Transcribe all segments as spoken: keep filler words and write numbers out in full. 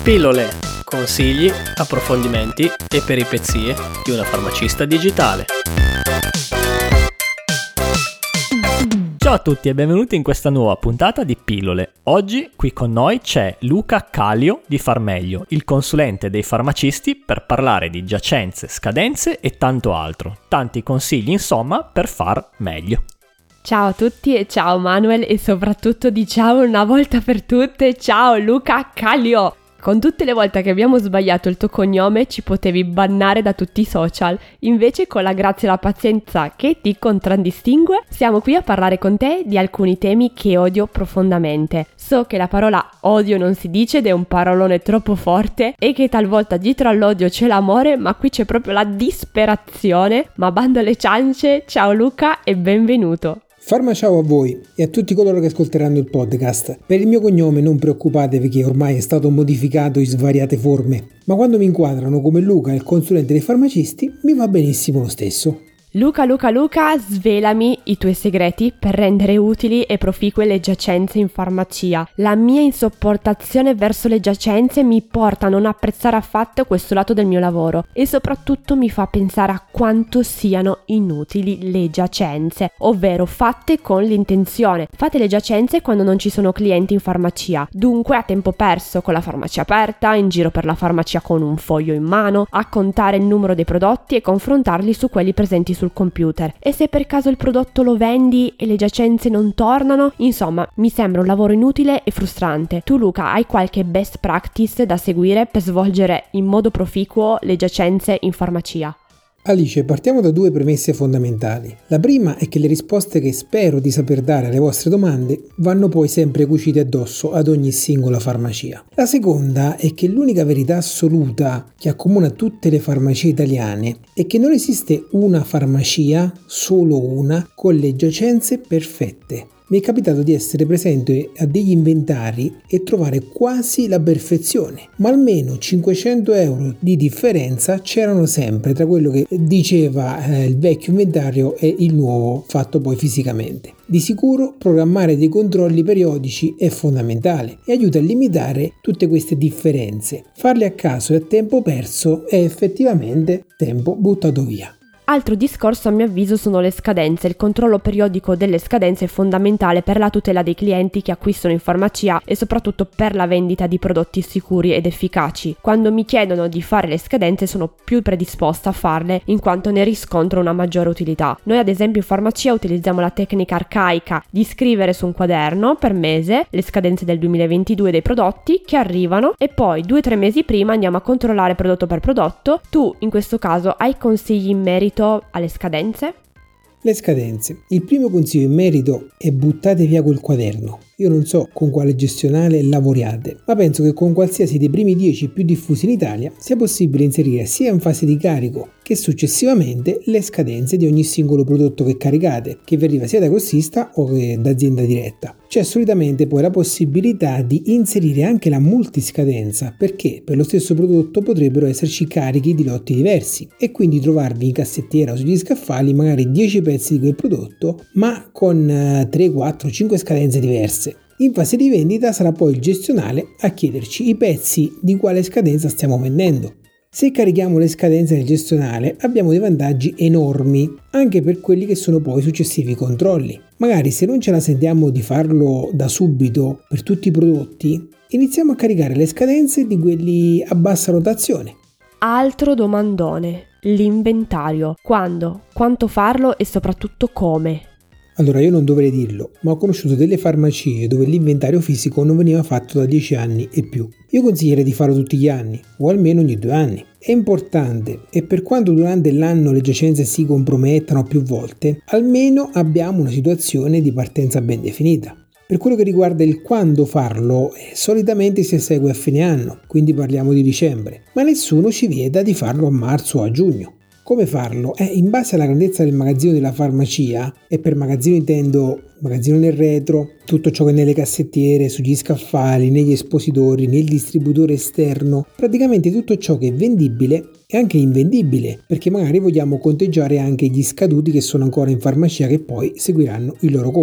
Pillole, consigli, approfondimenti e peripezie di una farmacista digitale. Ciao a tutti e benvenuti in questa nuova puntata di Pillole. Oggi qui con noi c'è Luca Calio di Farmeglio, il consulente dei farmacisti, per parlare di giacenze, scadenze e tanto altro. Tanti consigli insomma per far meglio. Ciao a tutti e ciao Manuel e soprattutto diciamo una volta per tutte ciao Luca Calio! Con tutte le volte che abbiamo sbagliato il tuo cognome ci potevi bannare da tutti i social, invece con la grazia e la pazienza che ti contraddistingue siamo qui a parlare con te di alcuni temi che odio profondamente. So che la parola odio non si dice ed è un parolone troppo forte e che talvolta dietro all'odio c'è l'amore, ma qui c'è proprio la disperazione. Ma bando alle ciance, ciao Luca e benvenuto! Farma ciao a voi e a tutti coloro che ascolteranno il podcast. Per il mio cognome non preoccupatevi che ormai è stato modificato in svariate forme, ma quando mi inquadrano come Luca, il consulente dei farmacisti, mi va benissimo lo stesso. Luca, Luca, Luca, svelami i tuoi segreti per rendere utili e proficue le giacenze in farmacia. La mia insopportazione verso le giacenze mi porta a non apprezzare affatto questo lato del mio lavoro e soprattutto mi fa pensare a quanto siano inutili le giacenze, ovvero fatte con l'intenzione. Fate le giacenze quando non ci sono clienti in farmacia, dunque a tempo perso con la farmacia aperta, in giro per la farmacia con un foglio in mano, a contare il numero dei prodotti e confrontarli su quelli presenti sul computer. E se per caso il prodotto lo vendi e le giacenze non tornano, insomma mi sembra un lavoro inutile e frustrante. Tu Luca hai qualche best practice da seguire per svolgere in modo proficuo le giacenze in farmacia? Alice, partiamo da due premesse fondamentali. La prima è che le risposte che spero di saper dare alle vostre domande vanno poi sempre cucite addosso ad ogni singola farmacia. La seconda è che l'unica verità assoluta che accomuna tutte le farmacie italiane è che non esiste una farmacia, solo una, con le giacenze perfette. Mi è capitato di essere presente a degli inventari e trovare quasi la perfezione, ma almeno cinquecento euro di differenza c'erano sempre tra quello che diceva eh, il vecchio inventario e il nuovo fatto poi fisicamente. Di sicuro programmare dei controlli periodici è fondamentale e aiuta a limitare tutte queste differenze. Farle a caso e a tempo perso è effettivamente tempo buttato via. Altro discorso a mio avviso sono le scadenze. Il controllo periodico delle scadenze è fondamentale per la tutela dei clienti che acquistano in farmacia e soprattutto per la vendita di prodotti sicuri ed efficaci. Quando mi chiedono di fare le scadenze sono più predisposta a farle in quanto ne riscontro una maggiore utilità. Noi ad esempio in farmacia utilizziamo la tecnica arcaica di scrivere su un quaderno per mese le scadenze del duemilaventidue dei prodotti che arrivano e poi due o tre mesi prima andiamo a controllare prodotto per prodotto. Tu in questo caso hai consigli in merito alle scadenze? Le scadenze. Il primo consiglio in merito è: buttate via quel quaderno. Io non so con quale gestionale lavoriate, ma penso che con qualsiasi dei primi dieci più diffusi in Italia sia possibile inserire sia in fase di carico che successivamente le scadenze di ogni singolo prodotto che caricate, che vi arriva sia da grossista o che da azienda diretta. C'è solitamente poi la possibilità di inserire anche la multiscadenza, perché per lo stesso prodotto potrebbero esserci carichi di lotti diversi e quindi trovarvi in cassettiera o sugli scaffali magari dieci pezzi di quel prodotto, ma con tre, quattro, cinque scadenze diverse. In fase di vendita sarà poi il gestionale a chiederci i pezzi di quale scadenza stiamo vendendo. Se carichiamo le scadenze nel gestionale abbiamo dei vantaggi enormi anche per quelli che sono poi i successivi controlli. Magari se non ce la sentiamo di farlo da subito per tutti i prodotti, iniziamo a caricare le scadenze di quelli a bassa rotazione. Altro domandone, l'inventario. Quando, quanto farlo e soprattutto come? Allora, io non dovrei dirlo, ma ho conosciuto delle farmacie dove l'inventario fisico non veniva fatto da dieci anni e più. Io consiglierei di farlo tutti gli anni, o almeno ogni due anni. È importante e per quanto durante l'anno le giacenze si compromettano più volte, almeno abbiamo una situazione di partenza ben definita. Per quello che riguarda il quando farlo, eh, solitamente si esegue a fine anno, quindi parliamo di dicembre, ma nessuno ci vieta di farlo a marzo o a giugno. Come farlo? Eh, in base alla grandezza del magazzino della farmacia, e per magazzino intendo magazzino nel retro, tutto ciò che è nelle cassettiere, sugli scaffali, negli espositori, nel distributore esterno, praticamente tutto ciò che è vendibile e anche invendibile, perché magari vogliamo conteggiare anche gli scaduti che sono ancora in farmacia che poi seguiranno il loro corso.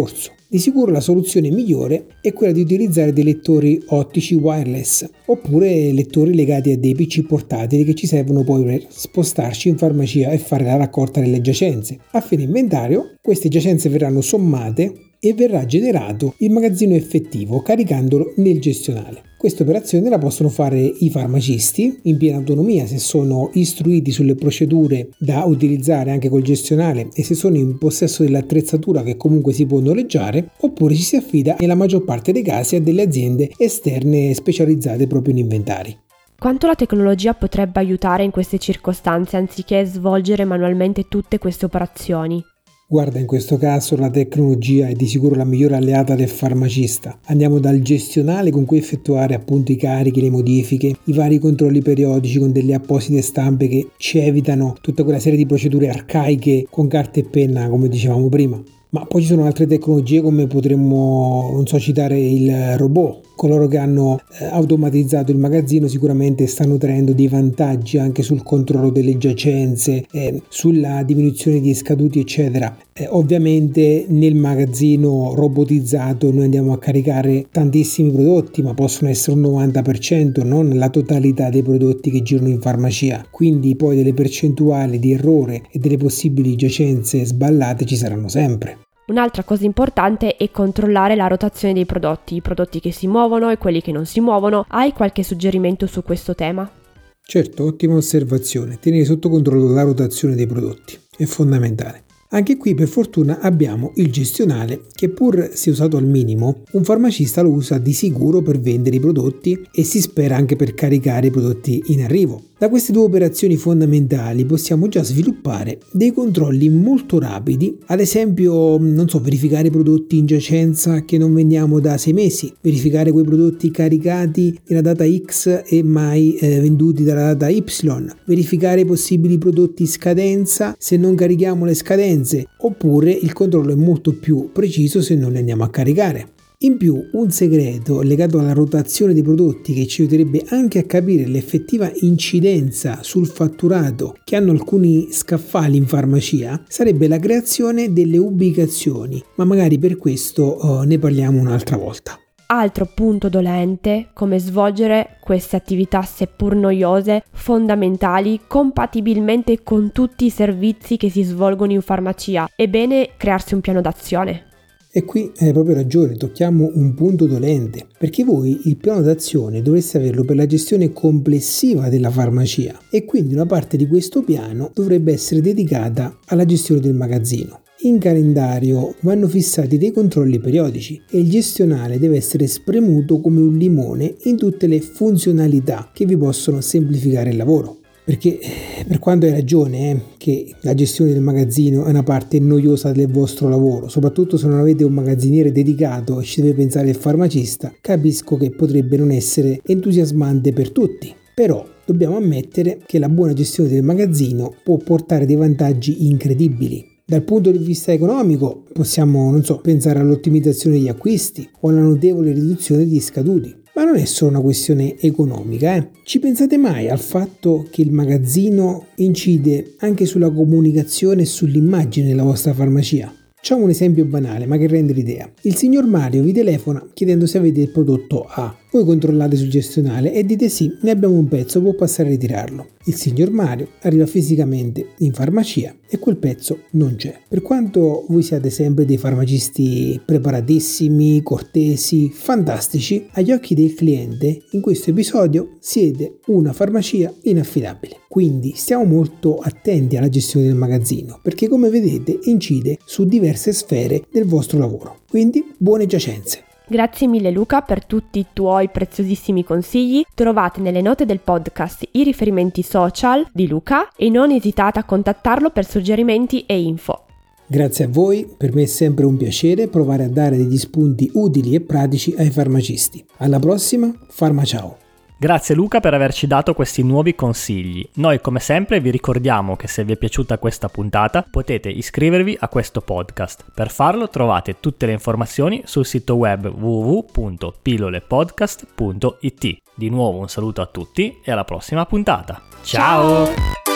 Di sicuro la soluzione migliore è quella di utilizzare dei lettori ottici wireless oppure lettori legati a dei P C portatili che ci servono poi per spostarci in farmacia e fare la raccolta delle giacenze. A fine inventario queste giacenze verranno sommate e verrà generato il magazzino effettivo caricandolo nel gestionale. Questa operazione la possono fare i farmacisti in piena autonomia se sono istruiti sulle procedure da utilizzare anche col gestionale e se sono in possesso dell'attrezzatura che comunque si può noleggiare, oppure ci si affida nella maggior parte dei casi a delle aziende esterne specializzate proprio in inventari. Quanto la tecnologia potrebbe aiutare in queste circostanze anziché svolgere manualmente tutte queste operazioni? Guarda, in questo caso la tecnologia è di sicuro la migliore alleata del farmacista. Andiamo dal gestionale con cui effettuare appunto i carichi, le modifiche, i vari controlli periodici con delle apposite stampe che ci evitano tutta quella serie di procedure arcaiche con carta e penna, come dicevamo prima. Ma poi ci sono altre tecnologie come potremmo, non so, citare il robot. Coloro che hanno eh, automatizzato il magazzino sicuramente stanno traendo dei vantaggi anche sul controllo delle giacenze, eh, sulla diminuzione di scaduti eccetera. Eh, ovviamente nel magazzino robotizzato noi andiamo a caricare tantissimi prodotti, ma possono essere un novanta per cento, non la totalità dei prodotti che girano in farmacia. Quindi poi delle percentuali di errore e delle possibili giacenze sballate ci saranno sempre. Un'altra cosa importante è controllare la rotazione dei prodotti, i prodotti che si muovono e quelli che non si muovono. Hai qualche suggerimento su questo tema? Certo, ottima osservazione. Tenere sotto controllo la rotazione dei prodotti è fondamentale. Anche qui per fortuna abbiamo il gestionale che, pur se usato al minimo, un farmacista lo usa di sicuro per vendere i prodotti e si spera anche per caricare i prodotti in arrivo. Da queste due operazioni fondamentali possiamo già sviluppare dei controlli molto rapidi, ad esempio, non so, verificare i prodotti in giacenza che non vendiamo da sei mesi, verificare quei prodotti caricati nella data X e mai eh, venduti dalla data Y, verificare i possibili prodotti in scadenza se non carichiamo le scadenze, oppure il controllo è molto più preciso se non li andiamo a caricare. In più, un segreto legato alla rotazione dei prodotti che ci aiuterebbe anche a capire l'effettiva incidenza sul fatturato che hanno alcuni scaffali in farmacia sarebbe la creazione delle ubicazioni, ma magari per questo uh, ne parliamo un'altra volta. Altro punto dolente, come svolgere queste attività seppur noiose, fondamentali, compatibilmente con tutti i servizi che si svolgono in farmacia. È bene crearsi un piano d'azione. E qui hai proprio ragione, tocchiamo un punto dolente, perché voi il piano d'azione dovreste averlo per la gestione complessiva della farmacia e quindi una parte di questo piano dovrebbe essere dedicata alla gestione del magazzino. In calendario vanno fissati dei controlli periodici e il gestionale deve essere spremuto come un limone in tutte le funzionalità che vi possono semplificare il lavoro. Perché per quanto hai ragione eh, che la gestione del magazzino è una parte noiosa del vostro lavoro, soprattutto se non avete un magazziniere dedicato e ci deve pensare il farmacista, capisco che potrebbe non essere entusiasmante per tutti. Però dobbiamo ammettere che la buona gestione del magazzino può portare dei vantaggi incredibili. Dal punto di vista economico possiamo, non so, pensare all'ottimizzazione degli acquisti o alla notevole riduzione degli scaduti. Ma non è solo una questione economica, eh? Ci pensate mai al fatto che il magazzino incide anche sulla comunicazione e sull'immagine della vostra farmacia? Facciamo un esempio banale, ma che rende l'idea. Il signor Mario vi telefona chiedendo se avete il prodotto A. Voi controllate sul gestionale e dite sì, ne abbiamo un pezzo, può passare a ritirarlo. Il signor Mario arriva fisicamente in farmacia e quel pezzo non c'è. Per quanto voi siate sempre dei farmacisti preparatissimi, cortesi, fantastici, agli occhi del cliente in questo episodio siete una farmacia inaffidabile. Quindi stiamo molto attenti alla gestione del magazzino, perché come vedete incide su diverse sfere del vostro lavoro. Quindi buone giacenze. Grazie mille Luca per tutti i tuoi preziosissimi consigli. Trovate nelle note del podcast i riferimenti social di Luca e non esitate a contattarlo per suggerimenti e info. Grazie a voi, per me è sempre un piacere provare a dare degli spunti utili e pratici ai farmacisti. Alla prossima, Farmaciao! Grazie Luca per averci dato questi nuovi consigli. Noi come sempre vi ricordiamo che se vi è piaciuta questa puntata potete iscrivervi a questo podcast. Per farlo trovate tutte le informazioni sul sito web w w w punto pillolepodcast punto i t. Di nuovo un saluto a tutti e alla prossima puntata. Ciao! Ciao!